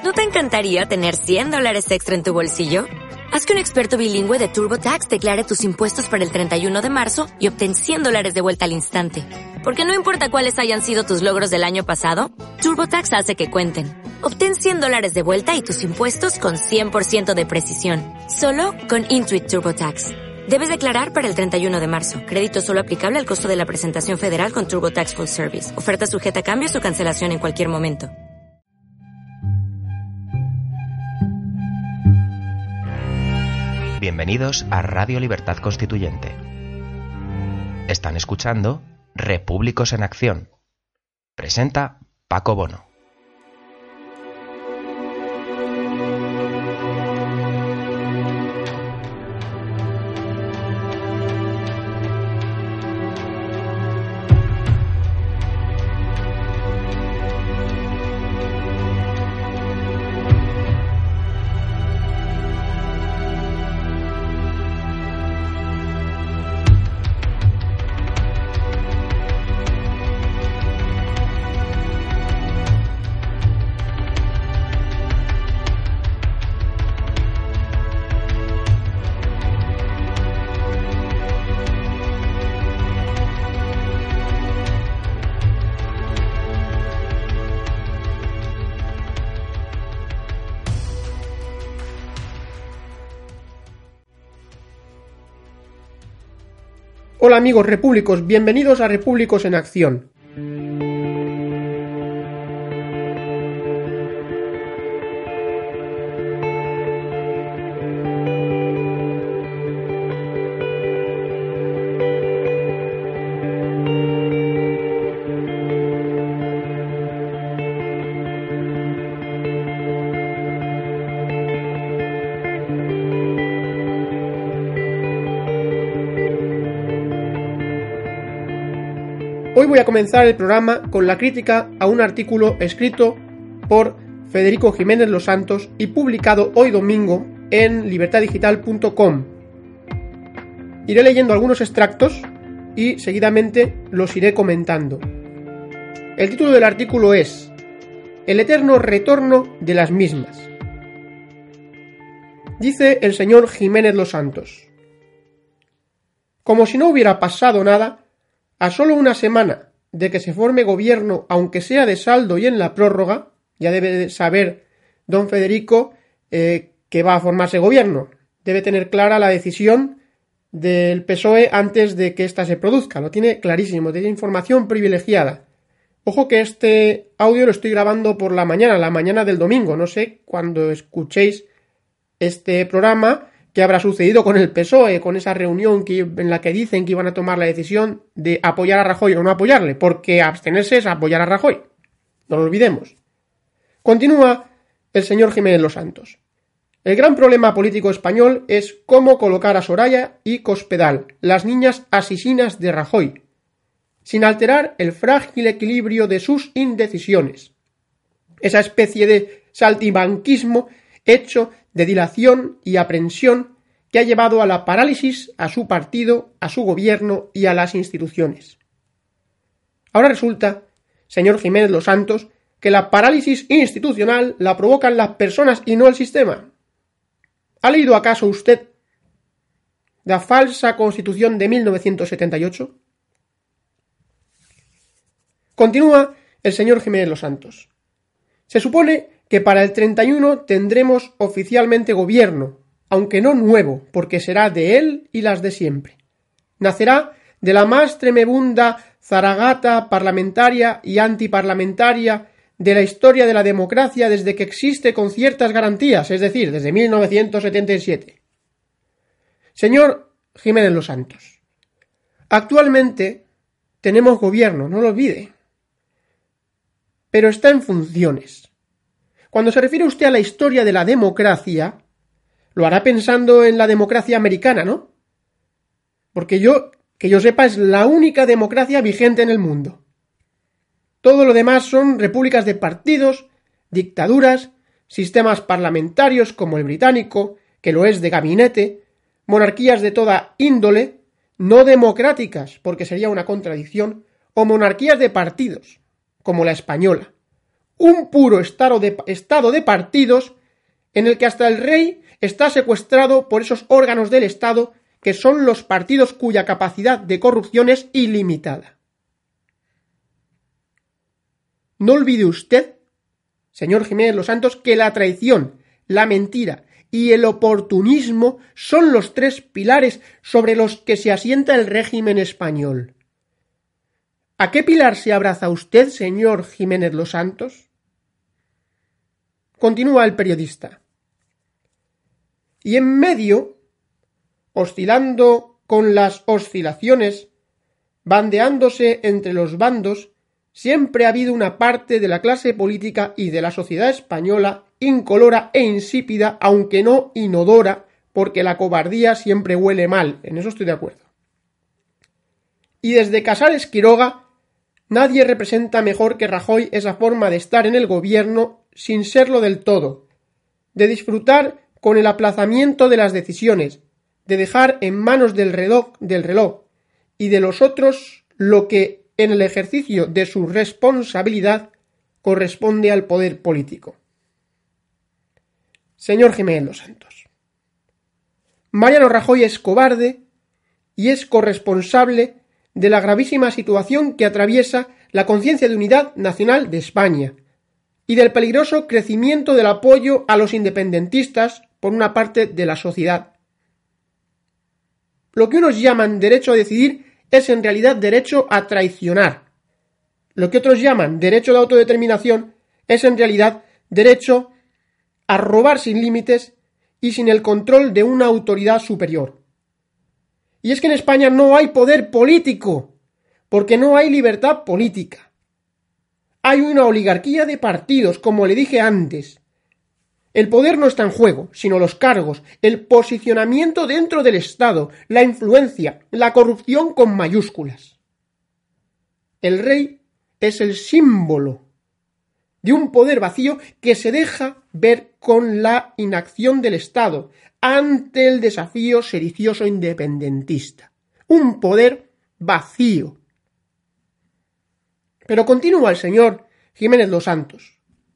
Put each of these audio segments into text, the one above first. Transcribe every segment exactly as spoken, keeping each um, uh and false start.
¿No te encantaría tener cien dólares extra en tu bolsillo? Haz que un experto bilingüe de TurboTax declare tus impuestos para el treinta y uno de marzo y obtén cien dólares de vuelta al instante. Porque no importa cuáles hayan sido tus logros del año pasado, TurboTax hace que cuenten. Obtén cien dólares de vuelta y tus impuestos con cien por ciento de precisión. Solo con Intuit TurboTax. Debes declarar para el treinta y uno de marzo. Crédito solo aplicable al costo de la presentación federal con TurboTax Full Service. Oferta sujeta a cambios o cancelación en cualquier momento. Bienvenidos a Radio Libertad Constituyente. Están escuchando Repúblicos en Acción. Presenta Paco Bono. Hola amigos repúblicos, bienvenidos a Repúblicos en Acción. Hoy voy a comenzar el programa con la crítica a un artículo escrito por Federico Jiménez Los Santos y publicado hoy domingo en libertad digital punto com. Iré leyendo algunos extractos y seguidamente los iré comentando. El título del artículo es El eterno retorno de las mismas. Dice el señor Jiménez Los Santos: como si no hubiera pasado nada, a solo una semana de que se forme gobierno, aunque sea de saldo y en la prórroga, ya debe saber don Federico eh, que va a formarse gobierno. Debe tener clara la decisión del P S O E antes de que ésta se produzca. Lo tiene clarísimo, tiene información privilegiada. Ojo que este audio lo estoy grabando por la mañana, la mañana del domingo. No sé cuando escuchéis este programa qué habrá sucedido con el P S O E, con esa reunión que, en la que dicen que iban a tomar la decisión de apoyar a Rajoy o no apoyarle, porque abstenerse es apoyar a Rajoy. No lo olvidemos. Continúa el señor Jiménez Los Santos. El gran problema político español es cómo colocar a Soraya y Cospedal, las niñas asesinas de Rajoy, sin alterar el frágil equilibrio de sus indecisiones. Esa especie de saltimbanquismo hecho de dilación y aprensión que ha llevado a la parálisis a su partido, a su gobierno y a las instituciones. Ahora resulta, señor Jiménez Los Santos, que la parálisis institucional la provocan las personas y no el sistema. ¿Ha leído acaso usted la falsa Constitución de mil novecientos setenta y ocho? Continúa el señor Jiménez Los Santos. Se supone que para el treinta y uno tendremos oficialmente gobierno, aunque no nuevo, porque será de él y las de siempre. Nacerá de la más tremebunda zaragata parlamentaria y antiparlamentaria de la historia de la democracia desde que existe con ciertas garantías, es decir, desde mil novecientos setenta y siete. Señor Jiménez Los Santos, actualmente tenemos gobierno, no lo olvide, pero está en funciones. Cuando se refiere usted a la historia de la democracia, lo hará pensando en la democracia americana, ¿no? Porque yo, que yo sepa, es la única democracia vigente en el mundo. Todo lo demás son repúblicas de partidos, dictaduras, sistemas parlamentarios como el británico, que lo es de gabinete, monarquías de toda índole, no democráticas, porque sería una contradicción, o monarquías de partidos, como la española, un puro estado de, estado de partidos en el que hasta el rey está secuestrado por esos órganos del Estado que son los partidos cuya capacidad de corrupción es ilimitada. No olvide usted, señor Jiménez Los Santos, que la traición, la mentira y el oportunismo son los tres pilares sobre los que se asienta el régimen español. ¿A qué pilar se abraza usted, señor Jiménez Los Santos? Continúa el periodista. Y en medio, oscilando con las oscilaciones, bandeándose entre los bandos, siempre ha habido una parte de la clase política y de la sociedad española incolora e insípida, aunque no inodora, porque la cobardía siempre huele mal, en eso estoy de acuerdo. Y desde Casares Quiroga, nadie representa mejor que Rajoy esa forma de estar en el gobierno sin serlo del todo, de disfrutar con el aplazamiento de las decisiones, de dejar en manos del reloj, del reloj y de los otros lo que en el ejercicio de su responsabilidad corresponde al poder político. Señor Jiménez Los Santos, Mariano Rajoy es cobarde y es corresponsable de la gravísima situación que atraviesa la conciencia de unidad nacional de España y del peligroso crecimiento del apoyo a los independentistas por una parte de la sociedad. Lo que unos llaman derecho a decidir es en realidad derecho a traicionar. Lo que otros llaman derecho de autodeterminación es en realidad derecho a robar sin límites y sin el control de una autoridad superior. Y es que en España no hay poder político, porque no hay libertad política. Hay una oligarquía de partidos, como le dije antes. El poder no está en juego, sino los cargos, el posicionamiento dentro del Estado, la influencia, la corrupción con mayúsculas. El rey es el símbolo de un poder vacío que se deja ver con la inacción del Estado ante el desafío sedicioso independentista. Un poder vacío. Pero continúa el señor Jiménez Los Santos.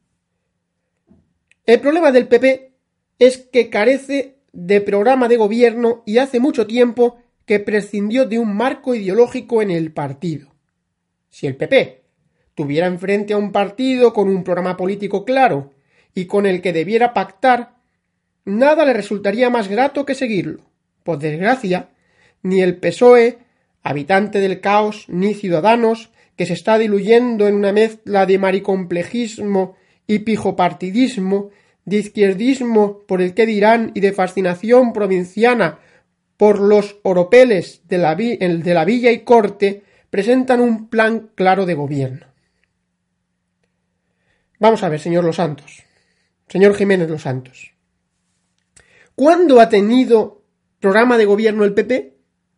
El problema del P P es que carece de programa de gobierno y hace mucho tiempo que prescindió de un marco ideológico en el partido. Si el P P tuviera enfrente a un partido con un programa político claro y con el que debiera pactar, nada le resultaría más grato que seguirlo. Por desgracia, ni el P S O E, habitante del caos, ni Ciudadanos, que se está diluyendo en una mezcla de maricomplejismo y pijopartidismo, de izquierdismo por el que dirán y de fascinación provinciana por los oropeles de la, vi- de la villa y corte, presentan un plan claro de gobierno. Vamos a ver, señor Los Santos, señor Jiménez Los Santos. ¿Cuándo ha tenido programa de gobierno el P P?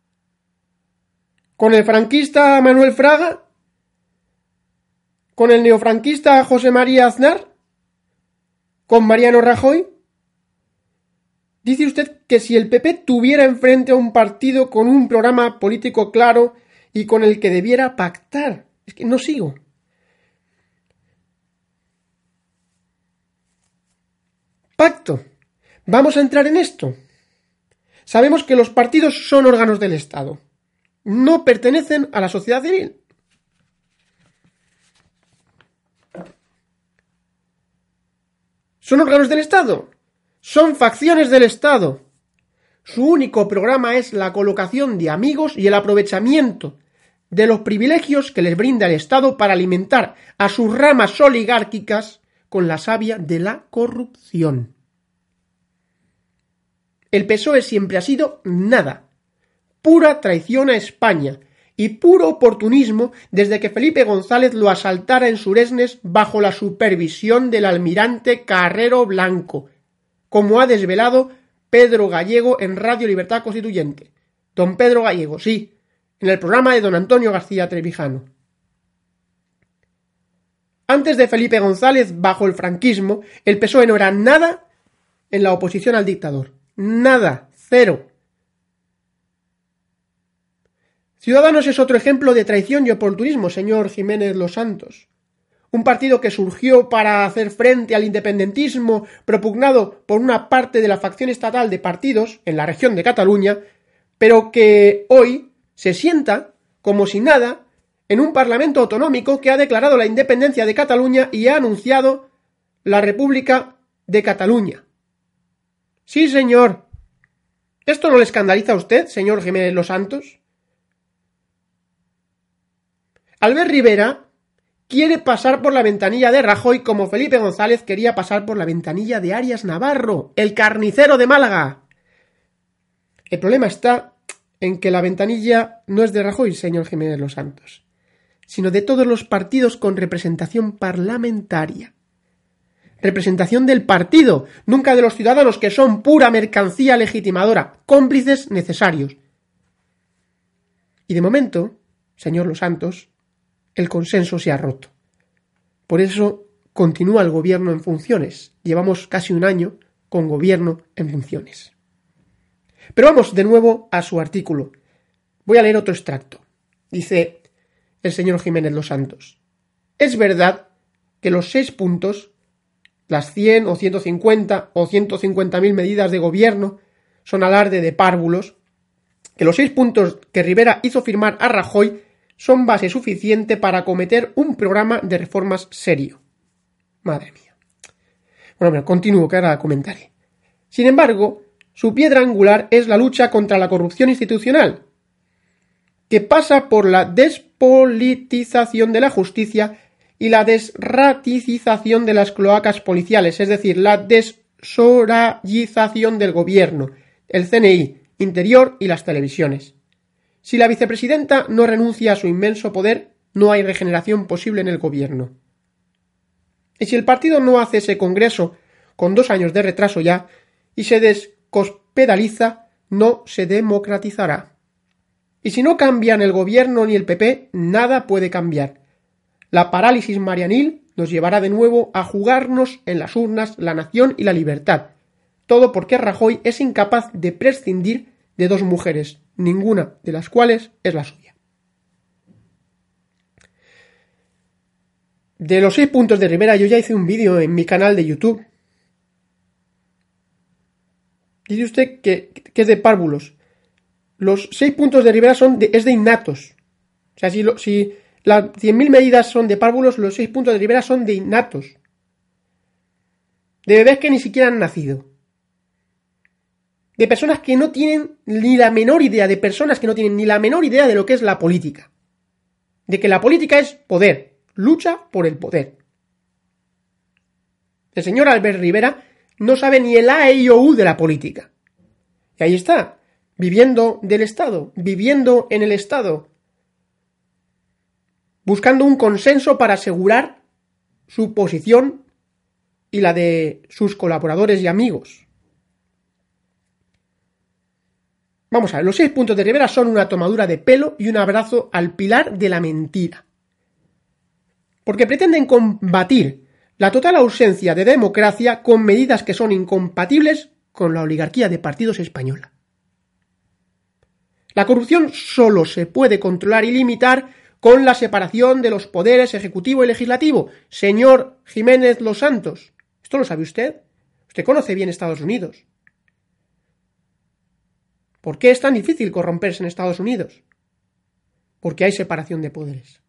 ¿Con el franquista Manuel Fraga? ¿Con el neofranquista José María Aznar? ¿Con Mariano Rajoy? Dice usted que si el P P tuviera enfrente a un partido con un programa político claro y con el que debiera pactar. Es que no sigo. Pacto. Vamos a entrar en esto. Sabemos que los partidos son órganos del Estado. No pertenecen a la sociedad civil. ¿Son órganos del Estado? Son facciones del Estado. Su único programa es la colocación de amigos y el aprovechamiento de los privilegios que les brinda el Estado para alimentar a sus ramas oligárquicas con la savia de la corrupción. El P S O E siempre ha sido nada, pura traición a España y puro oportunismo desde que Felipe González lo asaltara en Suresnes bajo la supervisión del almirante Carrero Blanco, como ha desvelado Pedro Gallego en Radio Libertad Constituyente. Don Pedro Gallego, sí, en el programa de don Antonio García Trevijano. Antes de Felipe González, bajo el franquismo, el P S O E no era nada en la oposición al dictador. Nada, cero. Ciudadanos es otro ejemplo de traición y oportunismo, señor Jiménez Los Santos. un partido que surgió para hacer frente al independentismo propugnado por una parte de la facción estatal de partidos en la región de Cataluña, pero que hoy se sienta como si nada en un parlamento autonómico que ha declarado la independencia de Cataluña y ha anunciado la República de Cataluña. Sí, señor. ¿Esto no le escandaliza a usted, señor Jiménez Los Santos? Albert Rivera quiere pasar por la ventanilla de Rajoy como Felipe González quería pasar por la ventanilla de Arias Navarro, el carnicero de Málaga. El problema está en que la ventanilla no es de Rajoy, señor Jiménez Los Santos, sino de todos los partidos con representación parlamentaria. Representación del partido, nunca de los ciudadanos que son pura mercancía legitimadora, cómplices necesarios. Y de momento, señor Los Santos, el consenso se ha roto. Por eso continúa el gobierno en funciones. Llevamos casi un año con gobierno en funciones. Pero vamos de nuevo a su artículo. Voy a leer otro extracto. Dice el señor Jiménez Los Santos: es verdad que los seis puntos, las cien o ciento cincuenta o ciento cincuenta mil medidas de gobierno, son alarde de párvulos, que los seis puntos que Rivera hizo firmar a Rajoy son base suficiente para acometer un programa de reformas serio. Madre mía. Bueno, bueno, continúo, que ahora comentaré. Sin embargo, su piedra angular es la lucha contra la corrupción institucional, que pasa por la despolitización de la justicia y la desraticización de las cloacas policiales, es decir, la desorallización del gobierno, el C N I, Interior y las televisiones. Si la vicepresidenta no renuncia a su inmenso poder, no hay regeneración posible en el gobierno. Y si el partido no hace ese congreso con dos años de retraso ya y se descospedaliza, no se democratizará. Y si no cambian el gobierno ni el P P, nada puede cambiar. La parálisis marianil nos llevará de nuevo a jugarnos en las urnas la nación y la libertad. Todo porque Rajoy es incapaz de prescindir de dos mujeres, ninguna de las cuales es la suya. De los seis puntos de Rivera yo ya hice un vídeo en mi canal de YouTube. Dice usted que, que es de párvulos. Los seis puntos de Rivera son de, es de innatos. O sea, si, lo, si las cien mil medidas son de párvulos, los seis puntos de Rivera son de innatos. De bebés que ni siquiera han nacido. De personas que no tienen ni la menor idea, de personas que no tienen ni la menor idea de lo que es la política. De que la política es poder, lucha por el poder. El señor Albert Rivera no sabe ni el A, E I o U de la política. Y ahí está, viviendo del Estado, viviendo en el Estado, buscando un consenso para asegurar su posición y la de sus colaboradores y amigos. Vamos a ver, los seis puntos de Rivera son una tomadura de pelo y un abrazo al pilar de la mentira. Porque pretenden combatir la total ausencia de democracia con medidas que son incompatibles con la oligarquía de partidos española. La corrupción solo se puede controlar y limitar con la separación de los poderes ejecutivo y legislativo. Señor Jiménez Los Santos, ¿esto lo sabe usted? Usted conoce bien Estados Unidos. ¿Por qué es tan difícil corromperse en Estados Unidos? Porque hay separación de poderes.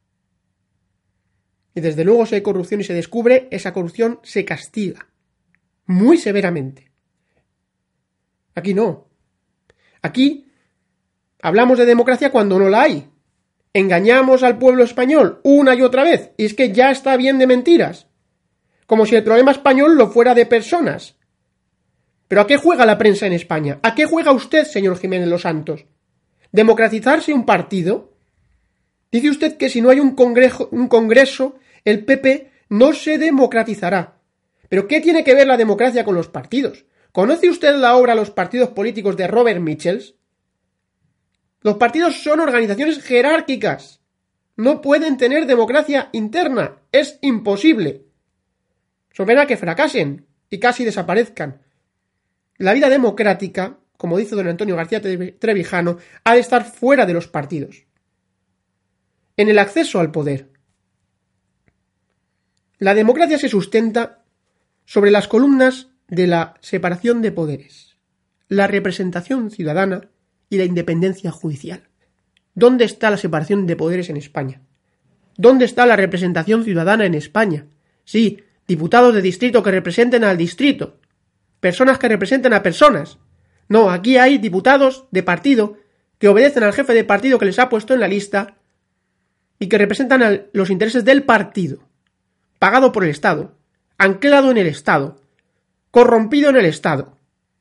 Y desde luego, si hay corrupción y se descubre, esa corrupción se castiga muy severamente. Aquí no. Aquí hablamos de democracia cuando no la hay. Engañamos al pueblo español una y otra vez, y es que ya está bien de mentiras. Como si el problema español lo fuera de personas. ¿Pero a qué juega la prensa en España? ¿A qué juega usted, señor Jiménez Los Santos? ¿Democratizarse un partido? Dice usted que si no hay un congreso, un congreso, el P P no se democratizará. ¿Pero qué tiene que ver la democracia con los partidos? ¿Conoce usted la obra Los partidos políticos de Robert Michels? Los partidos son organizaciones jerárquicas. No pueden tener democracia interna. Es imposible. Sobera que fracasen y casi desaparezcan. La vida democrática, como dice don Antonio García Trevijano, ha de estar fuera de los partidos. En el acceso al poder. La democracia se sustenta sobre las columnas de la separación de poderes, la representación ciudadana y la independencia judicial. ¿Dónde está la separación de poderes en España? ¿Dónde está la representación ciudadana en España? Sí, diputados de distrito que representen al distrito, personas que representen a personas. No, aquí hay diputados de partido que obedecen al jefe de partido que les ha puesto en la lista y que representan a los intereses del partido, pagado por el Estado, anclado en el Estado, corrompido en el Estado.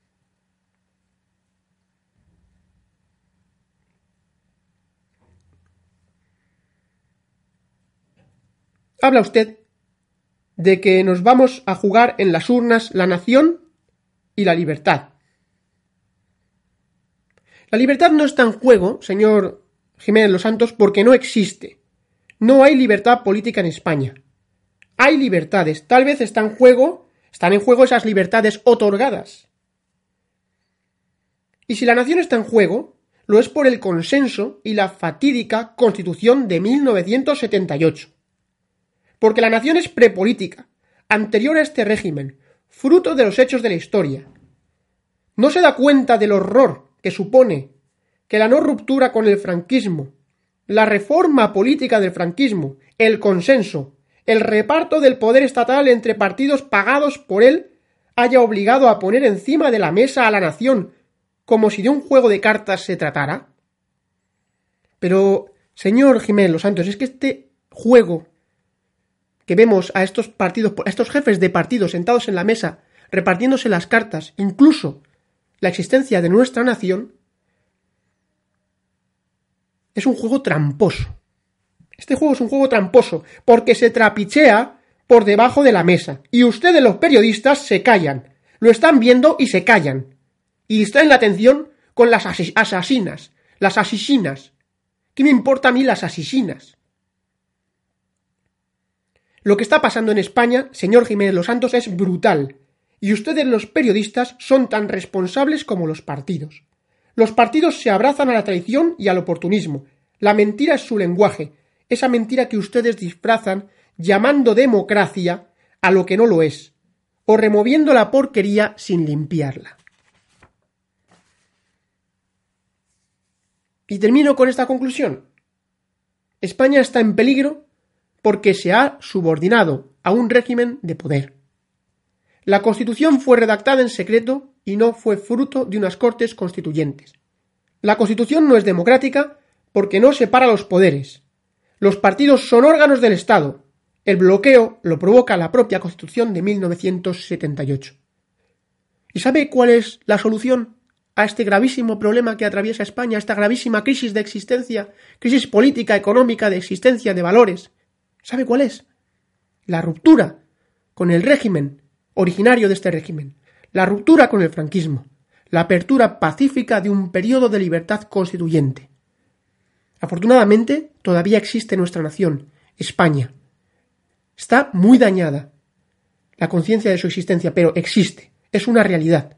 Habla usted de que nos vamos a jugar en las urnas la nación y la libertad. La libertad no está en juego, señor Jiménez Los Santos, porque no existe. No hay libertad política en España. Hay libertades. Tal vez están en juego, están en juego esas libertades otorgadas. Y si la nación está en juego, lo es por el consenso y la fatídica Constitución de mil novecientos setenta y ocho. Porque la nación es prepolítica, anterior a este régimen, fruto de los hechos de la historia. No se da cuenta del horror que supone que la no ruptura con el franquismo, la reforma política del franquismo, el consenso, el reparto del poder estatal entre partidos pagados por él, haya obligado a poner encima de la mesa a la nación, como si de un juego de cartas se tratara? Pero, señor Jiménez Los Santos, es que este juego que vemos a estos partidos, a estos jefes de partidos sentados en la mesa, repartiéndose las cartas, incluso la existencia de nuestra nación, es un juego tramposo. Este juego es un juego tramposo, porque se trapichea por debajo de la mesa, y ustedes los periodistas se callan, lo están viendo y se callan, y distraen la atención con las ases- asesinas, las asesinas. ¿Qué me importa a mí las asesinas? Lo que está pasando en España, señor Jiménez Los Santos, es brutal, y ustedes los periodistas son tan responsables como los partidos. Los partidos se abrazan a la traición y al oportunismo. La mentira es su lenguaje, esa mentira que ustedes disfrazan llamando democracia a lo que no lo es, o removiendo la porquería sin limpiarla. Y termino con esta conclusión. España está en peligro porque se ha subordinado a un régimen de poder. La Constitución fue redactada en secreto y no fue fruto de unas Cortes Constituyentes. La Constitución no es democrática porque no separa los poderes. Los partidos son órganos del Estado. El bloqueo lo provoca la propia Constitución de mil novecientos setenta y ocho. ¿Y sabe cuál es la solución a este gravísimo problema que atraviesa España, a esta gravísima crisis de existencia, crisis política, económica, de existencia, de valores? ¿Sabe cuál es? La ruptura con el régimen originario de este régimen, la ruptura con el franquismo, la apertura pacífica de un periodo de libertad constituyente. Afortunadamente, todavía existe nuestra nación, España. Está muy dañada la conciencia de su existencia, pero existe, es una realidad.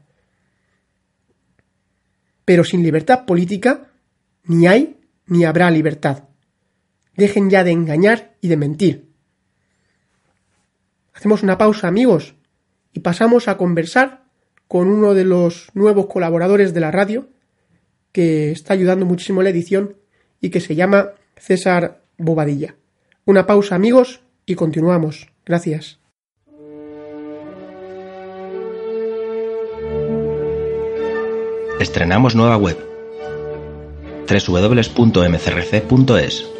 Pero sin libertad política, ni hay ni habrá libertad. Dejen ya de engañar y de mentir. Hacemos una pausa, amigos, y pasamos a conversar con uno de los nuevos colaboradores de la radio que está ayudando muchísimo en la edición y que se llama César Bobadilla. Una pausa, amigos, y continuamos. Gracias. Estrenamos nueva web doble u doble u doble u punto m c r c punto e s.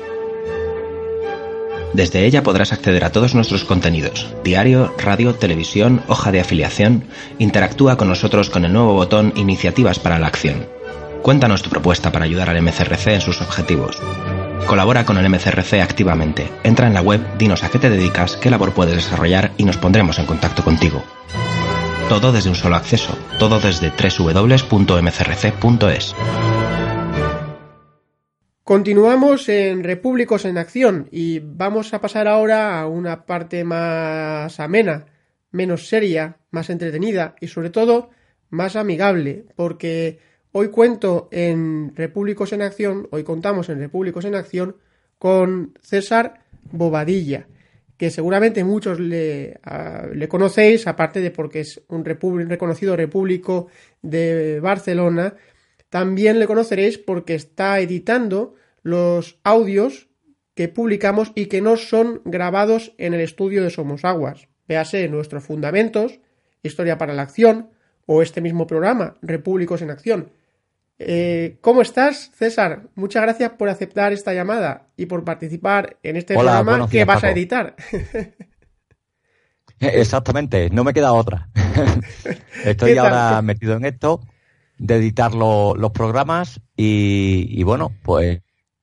Desde ella podrás acceder a todos nuestros contenidos, diario, radio, televisión, hoja de afiliación. Interactúa con nosotros con el nuevo botón Iniciativas para la Acción. Cuéntanos tu propuesta para ayudar al M C R C en sus objetivos. Colabora con el M C R C activamente. Entra en la web, dinos a qué te dedicas, qué labor puedes desarrollar y nos pondremos en contacto contigo. Todo desde un solo acceso, todo desde doble u doble u doble u punto m c r c punto e s. Continuamos en Repúblicos en Acción y vamos a pasar ahora a una parte más amena, menos seria, más entretenida y sobre todo más amigable, porque hoy cuento en Repúblicos en Acción, hoy contamos en Repúblicos en Acción con César Bobadilla, que seguramente muchos le, a, le conocéis, aparte de porque es un, repu- un reconocido repúblico de Barcelona. También le conoceréis porque está editando los audios que publicamos y que no son grabados en el estudio de Somosaguas. Véase nuestros fundamentos, Historia para la Acción, o este mismo programa, Repúblicos en Acción. Eh, ¿Cómo estás, César? Muchas gracias por aceptar esta llamada y por participar en este Hola, programa que días, vas Paco. a editar. Exactamente, no me queda otra. Estoy ahora metido en esto de editar lo, los programas y, y bueno, pues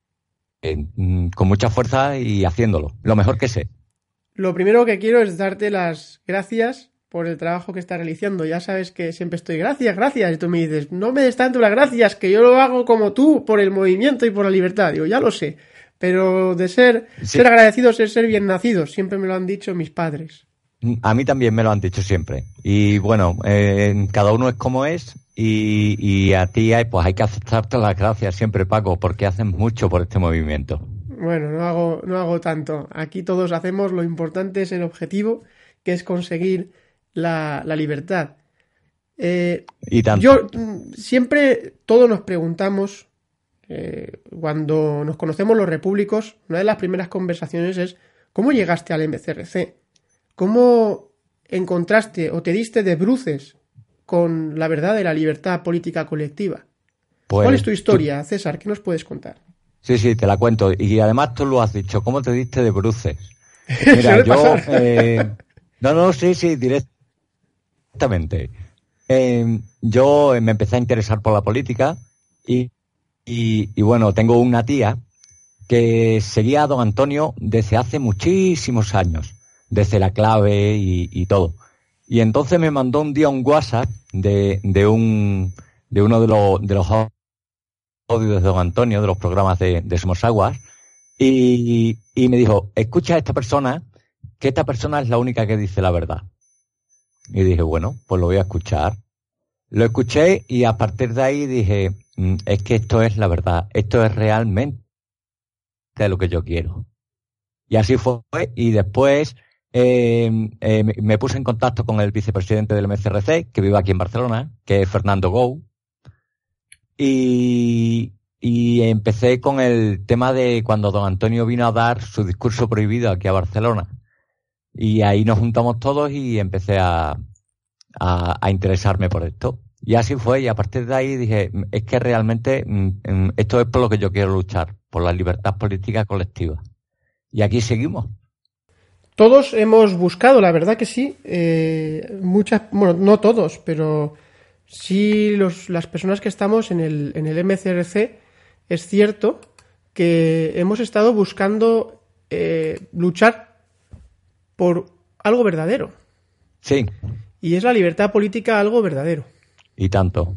eh, con mucha fuerza y haciéndolo, lo mejor que sé. Lo primero que quiero es darte las gracias por el trabajo que estás realizando. Ya sabes que siempre estoy, gracias, gracias, y tú me dices, no me des tanto las gracias, que yo lo hago como tú, por el movimiento y por la libertad. Digo, ya lo sé, pero de ser, sí. ser agradecidos es ser bien nacidos, siempre me lo han dicho mis padres. A mí también me lo han dicho siempre. Y bueno, eh, cada uno es como es y, y a ti hay, pues hay que aceptarte las gracias siempre, Paco, porque haces mucho por este movimiento. Bueno, no hago, no hago tanto. Aquí todos hacemos, lo importante es el objetivo, que es conseguir la, la libertad. Eh, y tanto. Yo siempre, todos nos preguntamos, eh, cuando nos conocemos los repúblicos, una de las primeras conversaciones es, ¿cómo llegaste al M C R C? ¿Cómo encontraste o te diste de bruces con la verdad de la libertad política colectiva? Pues, ¿cuál es tu historia, tú... César? ¿Qué nos puedes contar? Sí, sí, te la cuento. Y además tú lo has dicho. ¿Cómo te diste de bruces? Mira, yo... Eh, no, no, sí, sí, directamente. Eh, yo me empecé a interesar por la política y, y, y bueno, tengo una tía que seguía a don Antonio desde hace muchísimos años. Desde la clave y, y todo. Y entonces me mandó un día un WhatsApp de, de un de uno de los de los audios de don Antonio, de los programas de, de Somosaguas, y, y me dijo, escucha a esta persona, que esta persona es la única que dice la verdad. Y dije, bueno, pues lo voy a escuchar. Lo escuché y a partir de ahí dije, es que esto es la verdad, esto es realmente lo que yo quiero. Y así fue, y después... Eh, eh, me puse en contacto con el vicepresidente del M C R C, que vive aquí en Barcelona, que es Fernando Gou, y, y empecé con el tema de cuando don Antonio vino a dar su discurso prohibido aquí a Barcelona. Y ahí nos juntamos todos y empecé a, a, a interesarme por esto. Y así fue, y a partir de ahí dije, es que realmente esto es por lo que yo quiero luchar, por la libertad política colectiva. Y aquí seguimos. Todos hemos buscado, la verdad que sí, eh, muchas, bueno, no todos, pero sí los, las personas que estamos en el, en el M C R C, es cierto que hemos estado buscando eh, luchar por algo verdadero. Sí. Y es la libertad política algo verdadero. Y tanto.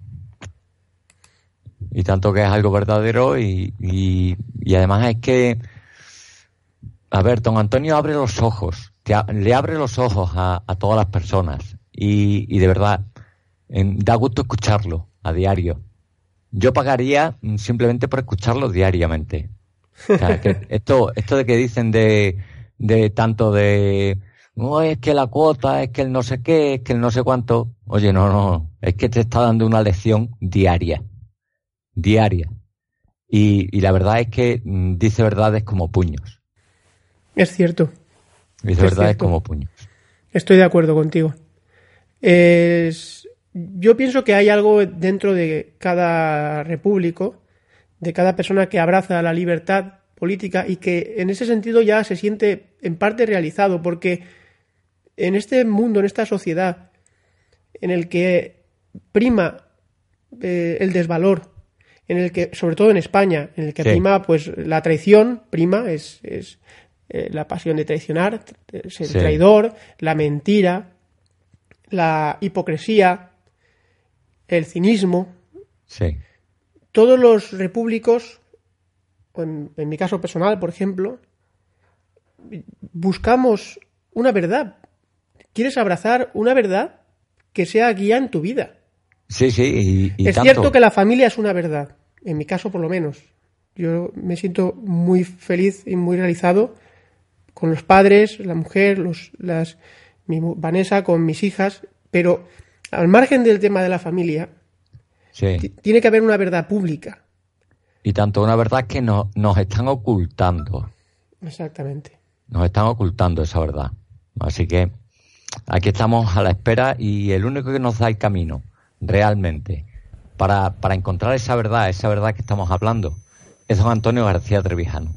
Y tanto que es algo verdadero y, y, y además es que a ver, don Antonio abre los ojos, te, le abre los ojos a, a todas las personas y, y de verdad, eh, da gusto escucharlo a diario. Yo pagaría simplemente por escucharlo diariamente. O sea, que esto, esto de que dicen de, de tanto de, no, es que la cuota, es que el no sé qué, es que el no sé cuánto. Oye, no, no, es que te está dando una lección diaria, diaria. Y, y la verdad es que mm, dice verdades como puños. Es cierto. Dice verdades como puños. Estoy de acuerdo contigo. Es... Yo pienso que hay algo dentro de cada repúblico, de cada persona que abraza la libertad política y que en ese sentido ya se siente en parte realizado, porque en este mundo, en esta sociedad, en el que prima eh, el desvalor, en el que, sobre todo en España, en el que sí. prima pues la traición, prima, es... es Eh, la pasión de traicionar, ser sí. traidor, la mentira, la hipocresía, el cinismo. Sí. Todos los repúblicos, en, en mi caso personal, por ejemplo, buscamos una verdad. ¿Quieres abrazar una verdad que sea guía en tu vida? Sí, sí. Y, y es tanto. cierto que la familia es una verdad, en mi caso por lo menos. Yo me siento muy feliz y muy realizado con los padres, la mujer, los, las, mi, Vanessa con mis hijas, pero al margen del tema de la familia, sí. t- tiene que haber una verdad pública. Y tanto una verdad que no, nos están ocultando. Exactamente. Nos están ocultando esa verdad. Así que aquí estamos a la espera y el único que nos da el camino, realmente, para, para encontrar esa verdad, esa verdad que estamos hablando, es don Antonio García Trevijano.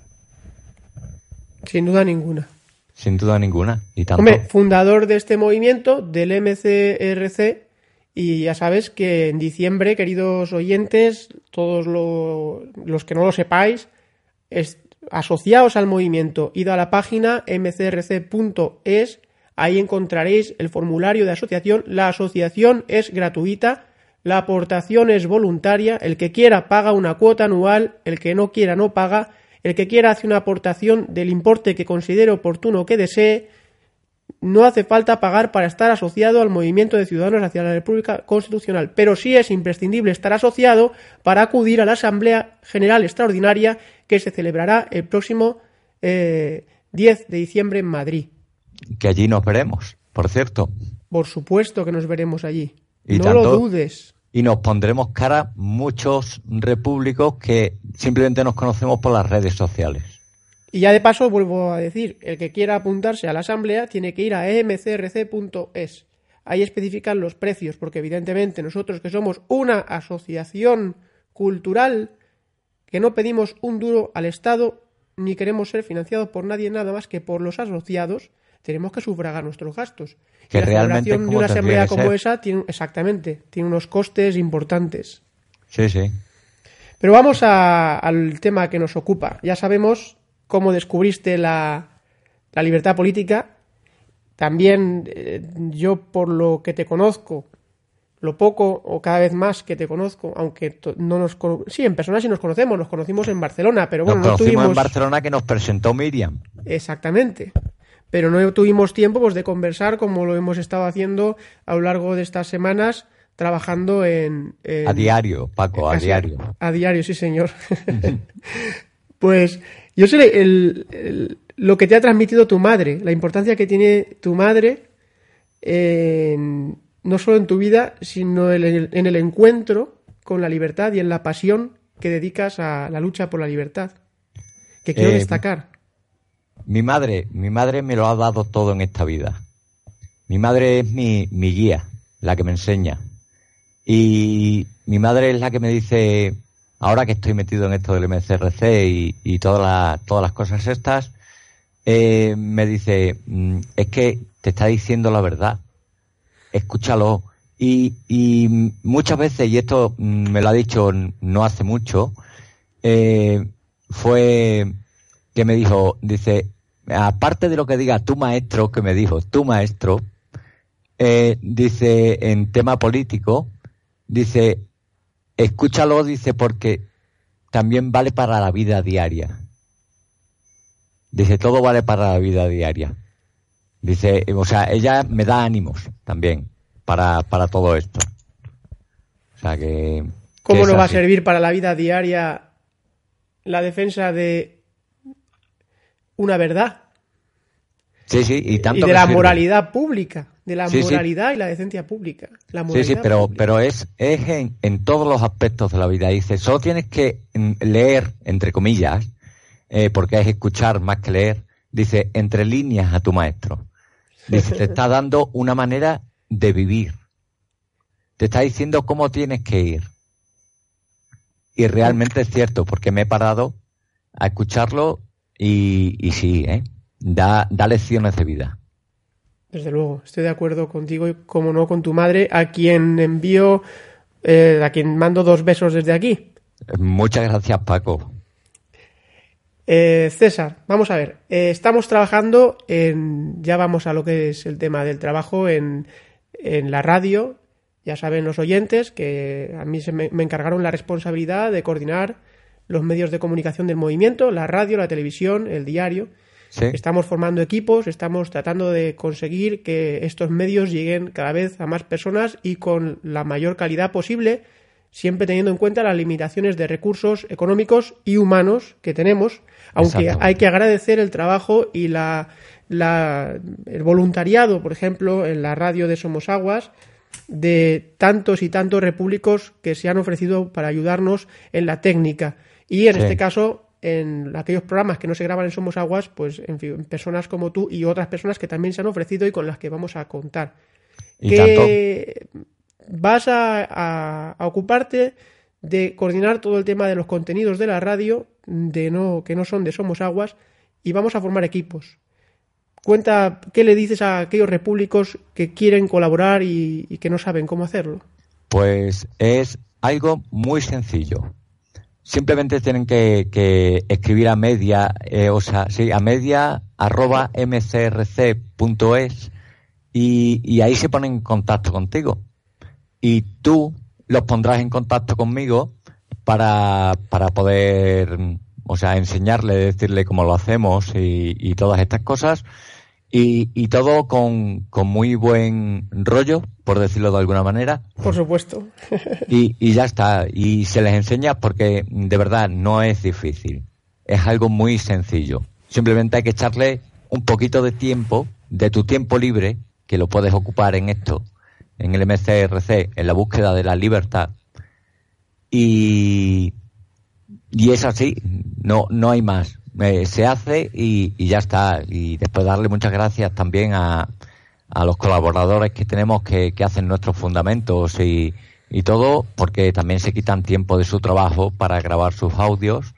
Sin duda ninguna. Sin duda ninguna. Y tanto... Hombre, fundador de este movimiento, del M C R C, y ya sabes que en diciembre, queridos oyentes, todos lo, los que no lo sepáis, es, asociaos al movimiento, id a la página eme ce erre ce punto es, ahí encontraréis el formulario de asociación. La asociación es gratuita, la aportación es voluntaria, el que quiera paga una cuota anual, el que no quiera no paga, el que quiera hace una aportación del importe que considere oportuno que desee. No hace falta pagar para estar asociado al movimiento de ciudadanos hacia la República Constitucional, pero sí es imprescindible estar asociado para acudir a la Asamblea General Extraordinaria que se celebrará el próximo eh, diez de diciembre en Madrid. Que allí nos veremos, por cierto. Por supuesto que nos veremos allí. Y no tanto, lo dudes. Y nos pondremos cara muchos repúblicos que simplemente nos conocemos por las redes sociales. Y ya de paso vuelvo a decir, el que quiera apuntarse a la asamblea tiene que ir a eme ce erre ce punto es. Ahí especifican los precios, porque evidentemente nosotros que somos una asociación cultural, que no pedimos un duro al Estado, ni queremos ser financiados por nadie nada más que por los asociados, tenemos que sufragar nuestros gastos. Que y la realmente celebración de una asamblea como ser. esa tiene, exactamente, tiene unos costes importantes. Sí, sí. Pero vamos a, al tema que nos ocupa. Ya sabemos cómo descubriste la, la libertad política. También eh, yo, por lo que te conozco, lo poco o cada vez más que te conozco, aunque to- no nos cono- sí, en persona sí nos conocemos, nos conocimos en Barcelona, pero bueno, nos no conocimos tuvimos en Barcelona, que nos presentó Miriam. exactamente. Pero no tuvimos tiempo pues de conversar como lo hemos estado haciendo a lo largo de estas semanas, trabajando en, en... A diario, Paco, a Así, diario. A diario, sí, señor. Pues yo sé el, el, lo que te ha transmitido tu madre, la importancia que tiene tu madre en, no solo en tu vida, sino en el, en el encuentro con la libertad y en la pasión que dedicas a la lucha por la libertad, que quiero Eh, destacar. Mi madre, mi madre me lo ha dado todo en esta vida. Mi madre es mi, mi guía, la que me enseña. Y mi madre es la que me dice, ahora que estoy metido en esto del eme ce erre ce y, y todas las, todas las cosas estas, eh, me dice, mm, es que te está diciendo la verdad, escúchalo. Y, y muchas veces, y esto mm, me lo ha dicho no hace mucho, eh, fue que me dijo, dice, aparte de lo que diga tu maestro, que me dijo, tu maestro, eh, dice, en tema político, dice, escúchalo, dice, porque también vale para la vida diaria. Dice, todo vale para la vida diaria. Dice, o sea, ella me da ánimos también para, para todo esto. O sea que... ¿Cómo que no va a así. servir para la vida diaria la defensa de una verdad? Sí, sí, y tanto y de que la sirve. moralidad pública, de la Sí, sí. moralidad y la decencia pública. La Sí, moralidad sí, pero, pública. pero es, es en, en todos los aspectos de la vida. Dice, solo tienes que mm, leer, entre comillas, eh, porque es escuchar más que leer, dice, entre líneas a tu maestro. Dice, te está dando una manera de vivir. Te está diciendo cómo tienes que ir. Y realmente es cierto, porque me he parado a escucharlo y, y sí, ¿eh? Da, da lecciones de vida. Desde luego, estoy de acuerdo contigo y, como no, con tu madre, a quien envío, eh, a quien mando dos besos desde aquí. Muchas gracias, Paco. Eh, César, vamos a ver, eh, estamos trabajando en, ya vamos a lo que es el tema del trabajo en, en la radio. Ya saben los oyentes que a mí se me, me encargaron la responsabilidad de coordinar los medios de comunicación del movimiento, la radio, la televisión, el diario. Sí. Estamos formando equipos, estamos tratando de conseguir que estos medios lleguen cada vez a más personas y con la mayor calidad posible, siempre teniendo en cuenta las limitaciones de recursos económicos y humanos que tenemos, aunque hay que agradecer el trabajo y la, la, el voluntariado, por ejemplo, en la radio de Somos Aguas, de tantos y tantos repúblicos que se han ofrecido para ayudarnos en la técnica. Y en sí. este caso, en aquellos programas que no se graban en Somos Aguas, pues en fin, personas como tú y otras personas que también se han ofrecido y con las que vamos a contar. ¿Y que tanto? Vas a, a, a ocuparte de coordinar todo el tema de los contenidos de la radio, de no que no son de Somos Aguas, y vamos a formar equipos. Cuenta, ¿qué le dices a aquellos repúblicos que quieren colaborar y, y que no saben cómo hacerlo? Pues es algo muy sencillo. Simplemente tienen que, que escribir a media, eh, o sea, sí, a media arroba mcrc punto es y, y ahí se ponen en contacto contigo. Y tú los pondrás en contacto conmigo para, para poder, o sea, enseñarle, decirle cómo lo hacemos y, y todas estas cosas. Y, y todo con, con muy buen rollo, por decirlo de alguna manera. Por supuesto. y, y ya está. Y se les enseña porque de verdad no es difícil. Es algo muy sencillo. Simplemente hay que echarle un poquito de tiempo, de tu tiempo libre, que lo puedes ocupar en esto, en el M C R C, en la búsqueda de la libertad. Y, y es así, no, no hay más. Eh, se hace y, y ya está. Y después darle muchas gracias también a, a los colaboradores que tenemos que, que hacen nuestros fundamentos y, y todo, porque también se quitan tiempo de su trabajo para grabar sus audios.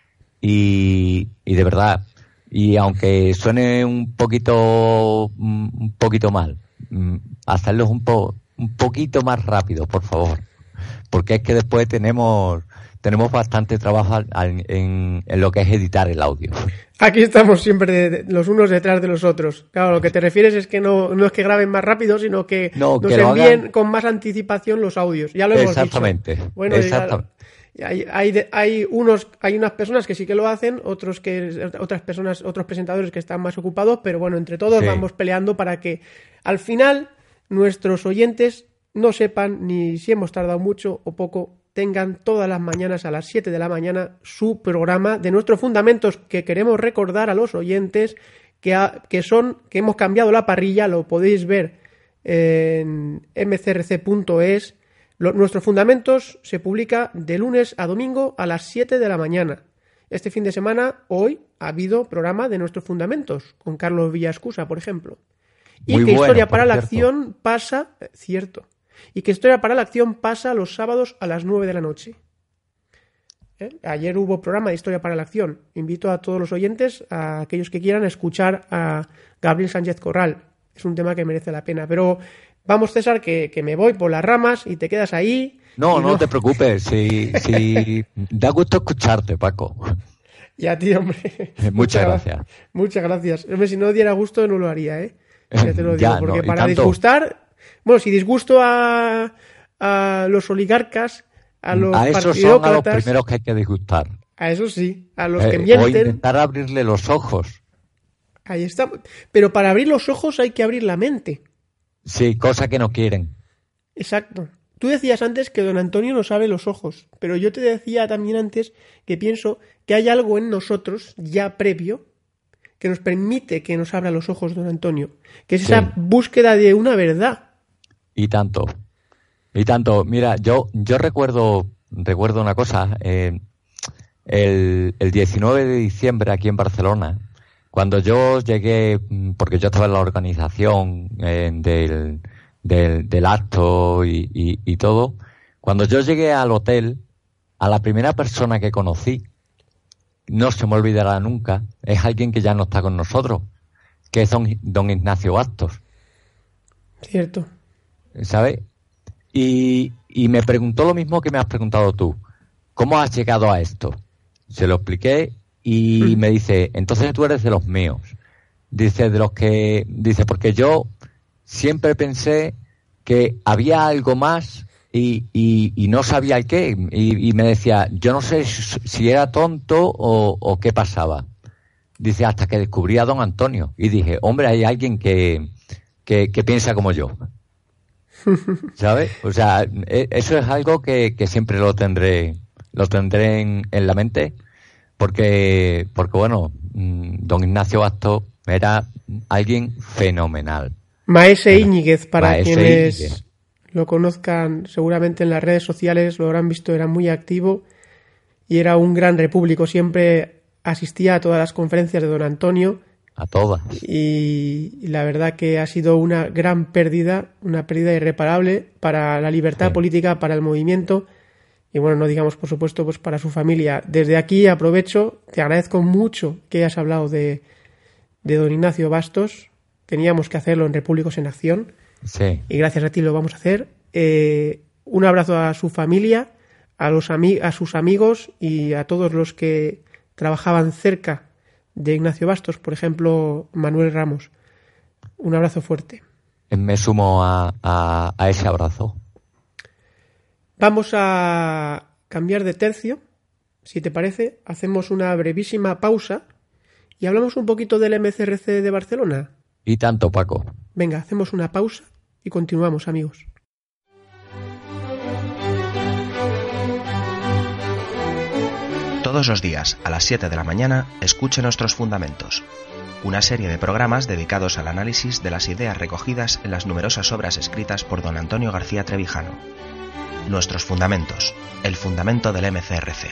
Y, y de verdad, y aunque suene un poquito, un poquito mal, hacerlos un po, un poquito más rápido, por favor, porque es que después tenemos tenemos bastante trabajo en, en, en lo que es editar el audio. Aquí estamos siempre de, de, los unos detrás de los otros. Claro, lo que te refieres es que no, no es que graben más rápido, sino que no, nos que envíen hagan... con más anticipación los audios. Ya lo hemos Exactamente. dicho. Bueno, Exactamente. Ya, hay, hay, hay unos, hay unas personas que sí que lo hacen, otros que, otras personas, otros presentadores que están más ocupados, pero bueno, entre todos sí. vamos peleando para que al final nuestros oyentes no sepan ni si hemos tardado mucho o poco, tengan todas las mañanas a las siete de la mañana su programa de nuestros fundamentos, que queremos recordar a los oyentes que, ha, que son, que hemos cambiado la parrilla, lo podéis ver en m c r c punto es. Lo, nuestros fundamentos se publica de lunes a domingo a las siete de la mañana. Este fin de semana, hoy, ha habido programa de nuestros fundamentos, con Carlos Villascusa, por ejemplo. Y Muy que bueno, Historia para la cierto. Acción pasa, cierto, y que Historia para la Acción pasa los sábados a las nueve de la noche. ¿Eh? Ayer hubo programa de Historia para la Acción. Invito a todos los oyentes, a aquellos que quieran, escuchar a Gabriel Sánchez Corral. Es un tema que merece la pena. Pero vamos, César, que, que me voy por las ramas y te quedas ahí. No, no, no te preocupes. Si, si... Da gusto escucharte, Paco. Y a ti, hombre. Muchas, Muchas gracias. gracias. Muchas gracias. Hombre, si no diera gusto, no lo haría, ¿eh? Ya te lo digo, ya, porque no, para tanto... disgustar... Bueno, si disgusto a, a los oligarcas, a los a esos son a los primeros que hay que disgustar. A eso sí, a los eh, que mienten. O intentar abrirle los ojos. Ahí está. Pero para abrir los ojos hay que abrir la mente. Sí, cosa que no quieren. Exacto. Tú decías antes que don Antonio nos abre los ojos, pero yo te decía también antes que pienso que hay algo en nosotros ya previo que nos permite que nos abra los ojos don Antonio, que es sí. esa búsqueda de una verdad. Y tanto, y tanto. Mira, yo yo recuerdo recuerdo una cosa. Eh, el, el diecinueve de diciembre aquí en Barcelona, cuando yo llegué, porque yo estaba en la organización eh, del, del, del acto y, y, y todo, cuando yo llegué al hotel, a la primera persona que conocí, no se me olvidará nunca, es alguien que ya no está con nosotros, que es don, don Ignacio Bastos. Cierto. ¿Sabes? Y, y me preguntó lo mismo que me has preguntado tú. ¿Cómo has llegado a esto? Se lo expliqué y mm. me dice, entonces tú eres de los míos. Dice, de los que... Dice, porque yo siempre pensé que había algo más y, y, y no sabía el qué. Y, y me decía, yo no sé si era tonto o, o qué pasaba. Dice, hasta que descubrí a don Antonio. Y dije, hombre, hay alguien que, que, que piensa como yo. ¿Sabes? O sea, eso es algo que, que siempre lo tendré, lo tendré en, en la mente, porque, porque bueno, don Ignacio Bastos era alguien fenomenal. Maese Íñiguez, para Maese quienes Íñiguez. Lo conozcan seguramente en las redes sociales, lo habrán visto, era muy activo y era un gran repúblico, siempre asistía a todas las conferencias de don Antonio. A todas. Y, y la verdad que ha sido una gran pérdida, una pérdida irreparable para la libertad Sí. política, para el movimiento y bueno, no digamos por supuesto pues para su familia. Desde aquí aprovecho, te agradezco mucho que hayas hablado de, de don Ignacio Bastos. Teníamos que hacerlo en Repúblicos en Acción Sí. y gracias a ti lo vamos a hacer. Eh, un abrazo a su familia, a, los ami- a sus amigos y a todos los que trabajaban cerca de Ignacio Bastos, por ejemplo, Manuel Ramos. Un abrazo fuerte. Me sumo a, a, a ese abrazo. Vamos a cambiar de tercio, si te parece. Hacemos una brevísima pausa y hablamos un poquito del M C R C de Barcelona. Y tanto, Paco. Venga, hacemos una pausa y continuamos, amigos. Todos los días, a las siete de la mañana, escuche Nuestros Fundamentos, una serie de programas dedicados al análisis de las ideas recogidas en las numerosas obras escritas por don Antonio García Trevijano. Nuestros Fundamentos, el fundamento del M C R C.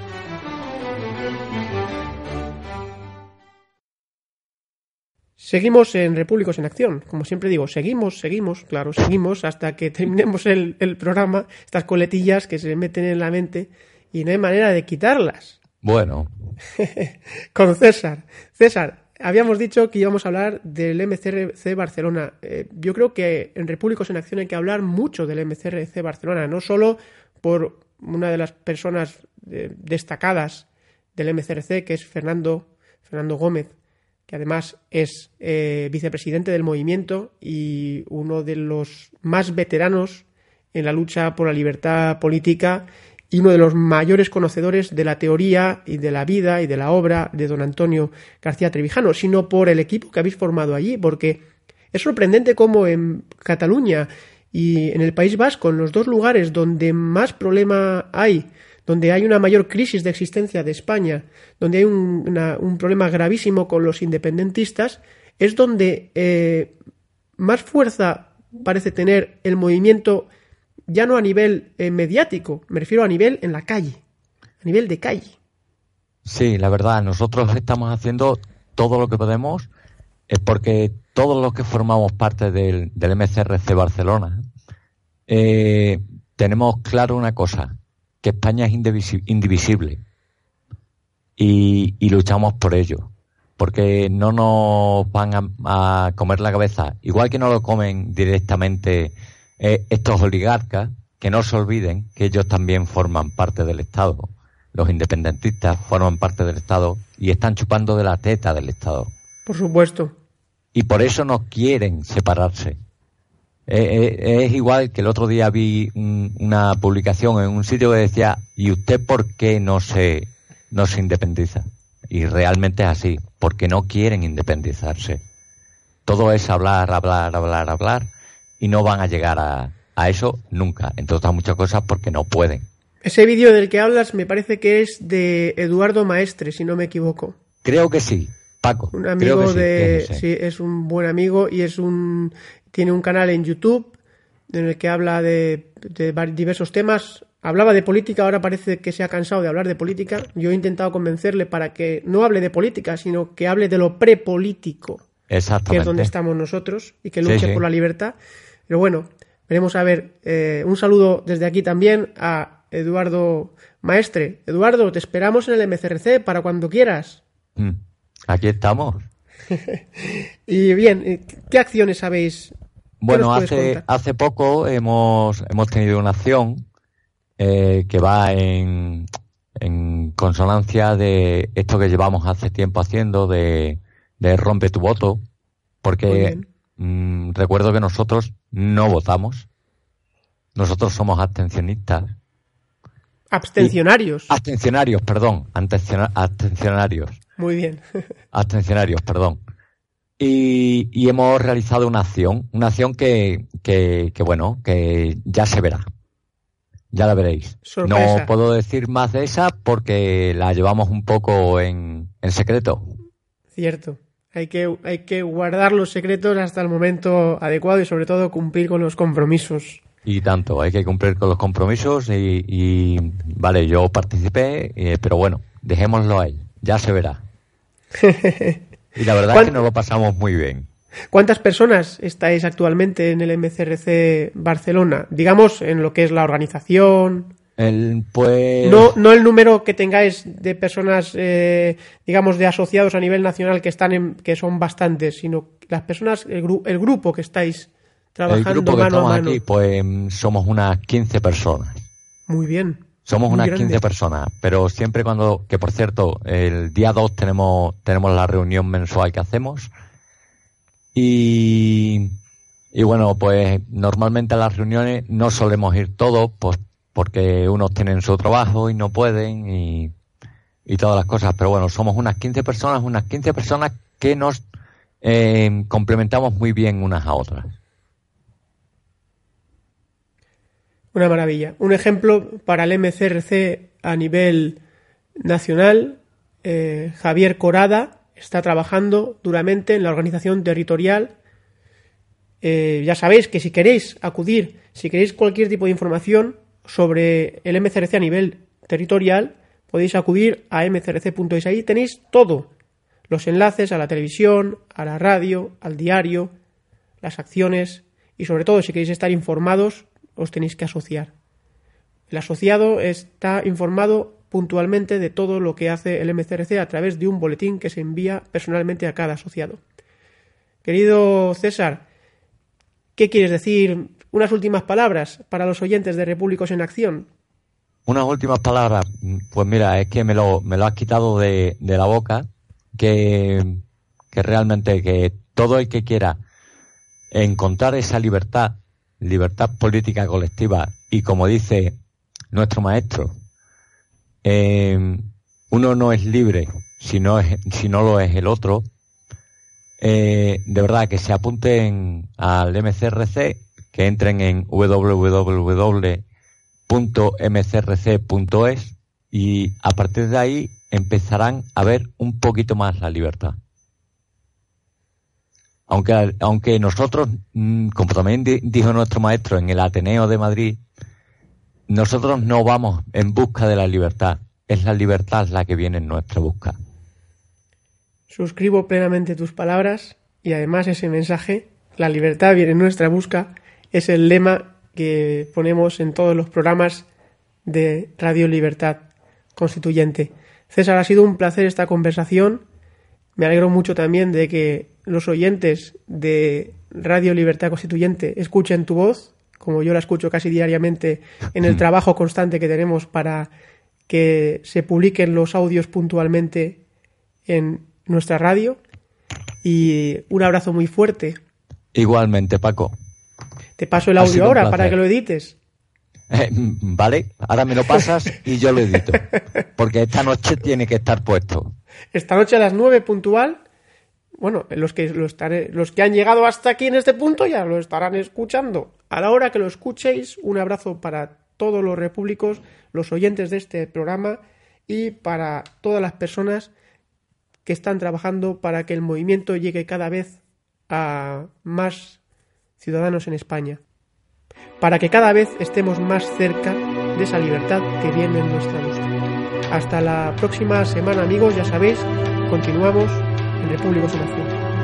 Seguimos en Repúblicos en Acción. Como siempre digo, seguimos, seguimos, claro, seguimos hasta que terminemos el, el programa, estas coletillas que se meten en la mente y no hay manera de quitarlas. Bueno, Con César. César, habíamos dicho que íbamos a hablar del M C R C Barcelona. Eh, yo creo que en Repúblicos en Acción hay que hablar mucho del M C R C Barcelona, no solo por una de las personas eh, destacadas del M C R C, que es Fernando, Fernando Gómez, que además es eh, vicepresidente del movimiento y uno de los más veteranos en la lucha por la libertad política y uno de los mayores conocedores de la teoría y de la vida y de la obra de don Antonio García Trevijano, sino por el equipo que habéis formado allí, porque es sorprendente cómo en Cataluña y en el País Vasco, en los dos lugares donde más problema hay, donde hay una mayor crisis de existencia de España, donde hay un, una, un problema gravísimo con los independentistas, es donde eh, más fuerza parece tener el movimiento, ya no a nivel eh, mediático, me refiero a nivel en la calle, a nivel de calle. sí, la verdad, nosotros estamos haciendo todo lo que podemos, es porque todos los que formamos parte del, del M C R C Barcelona eh, tenemos claro una cosa, que España es indivisi- indivisible y, y luchamos por ello, porque no nos van a, a comer la cabeza, igual que no lo comen directamente eh, estos oligarcas, que no se olviden que ellos también forman parte del Estado. Los independentistas forman parte del Estado y están chupando de la teta del Estado. Por supuesto. Y por eso no quieren separarse. Eh, eh, es igual que el otro día vi un, una publicación en un sitio que decía, ¿y usted por qué no se, no se independiza? Y realmente es así, porque no quieren independizarse. Todo es hablar, hablar, hablar, hablar, y no van a llegar a, a eso nunca. Entre otras muchas cosas porque no pueden. Ese vídeo del que hablas me parece que es de Eduardo Maestre, si no me equivoco. Creo que sí, Paco. Un amigo creo que sí, de... es ese. Sí, es un buen amigo y es un tiene un canal en YouTube en el que habla de, de diversos temas. Hablaba de política, ahora parece que se ha cansado de hablar de política. Yo he intentado convencerle para que no hable de política, sino que hable de lo prepolítico, Exactamente. que es donde estamos nosotros, y que Sí, luche sí. por la libertad. Pero bueno, veremos a ver. Eh, un saludo desde aquí también a Eduardo Maestre. Eduardo, te esperamos en el M C R C para cuando quieras. Mm, Aquí estamos. Y bien, ¿qué acciones habéis? ¿Qué Bueno, nos puedes hace, contar? hace poco hemos, hemos tenido una acción eh, que va en, en consonancia de esto que llevamos hace tiempo haciendo de, de rompe tu voto, Muy porque bien. mm, recuerdo que nosotros no votamos, nosotros somos abstencionistas. Abstencionarios. Abstencionarios, perdón, abstenciona- abstencionarios, Muy bien. abstencionarios, perdón. y, y hemos realizado una acción, una acción que, que, que bueno, que ya se verá. Ya la veréis. Sorpresa. No puedo decir más de esa porque la llevamos un poco en, en secreto. Cierto. Hay que, hay que guardar los secretos hasta el momento adecuado y sobre todo cumplir con los compromisos. Y tanto, hay que cumplir con los compromisos y, y vale, yo participé, eh, pero bueno, dejémoslo ahí, ya se verá. Y la verdad es que nos lo pasamos muy bien. ¿Cuántas personas estáis actualmente en el M C R C Barcelona? Digamos, en lo que es la organización. El, pues... No, no el número que tengáis de personas, eh, digamos, de asociados a nivel nacional que están en, que son bastantes, sino las personas, el, gru- el grupo que estáis trabajando el grupo que mano estamos a mano. Aquí, pues somos unas quince personas. Muy bien. Somos Muy unas grande. quince personas, pero siempre cuando, que por cierto, el día dos tenemos, tenemos la reunión mensual que hacemos. Y, y bueno, pues normalmente a las reuniones no solemos ir todos, pues porque unos tienen su trabajo y no pueden y, y todas las cosas. Pero bueno, somos unas quince personas, unas quince personas que nos eh, complementamos muy bien unas a otras. Una maravilla. Un ejemplo para el M C R C a nivel nacional, eh, Javier Corada está trabajando duramente en la organización territorial. Eh, ya sabéis que si queréis acudir, si queréis cualquier tipo de información sobre el M C R C a nivel territorial, podéis acudir a m c r c punto es. Ahí tenéis todo, los enlaces a la televisión, a la radio, al diario, las acciones y sobre todo si queréis estar informados os tenéis que asociar. El asociado está informado puntualmente de todo lo que hace el M C R C a través de un boletín que se envía personalmente a cada asociado. Querido César, ¿qué quieres decir? Unas últimas palabras para los oyentes de Repúblicos en Acción. Unas últimas palabras, pues mira, es que me lo, me lo has quitado de, de la boca, que, que realmente que todo el que quiera encontrar esa libertad, libertad política colectiva, y como dice nuestro maestro, eh, uno no es libre si no, es, si no lo es el otro, eh, de verdad que se apunten al M C R C, que entren en w w w punto m c r c punto es y a partir de ahí empezarán a ver un poquito más la libertad. Aunque, aunque nosotros, como también dijo nuestro maestro en el Ateneo de Madrid, nosotros no vamos en busca de la libertad, es la libertad la que viene en nuestra busca. Suscribo plenamente tus palabras y además ese mensaje, la libertad viene en nuestra busca, es el lema que ponemos en todos los programas de Radio Libertad Constituyente. César, ha sido un placer esta conversación. Me alegro mucho también de que los oyentes de Radio Libertad Constituyente escuchen tu voz, como yo la escucho casi diariamente en el trabajo constante que tenemos para que se publiquen los audios puntualmente en nuestra radio. Y un abrazo muy fuerte. Igualmente, Paco. Te paso el audio ahora para que lo edites. Eh, vale, ahora me lo pasas y yo lo edito, porque esta noche tiene que estar puesto. Esta noche a las nueve puntual. Bueno, los que lo estaré, los que han llegado hasta aquí en este punto ya lo estarán escuchando. A la hora que lo escuchéis, un abrazo para todos los repúblicos, los oyentes de este programa y para todas las personas que están trabajando para que el movimiento llegue cada vez a más ciudadanos en España, para que cada vez estemos más cerca de esa libertad que viene en nuestra busca. Hasta la próxima semana, amigos, ya sabéis, continuamos en Repúblicos en Acción.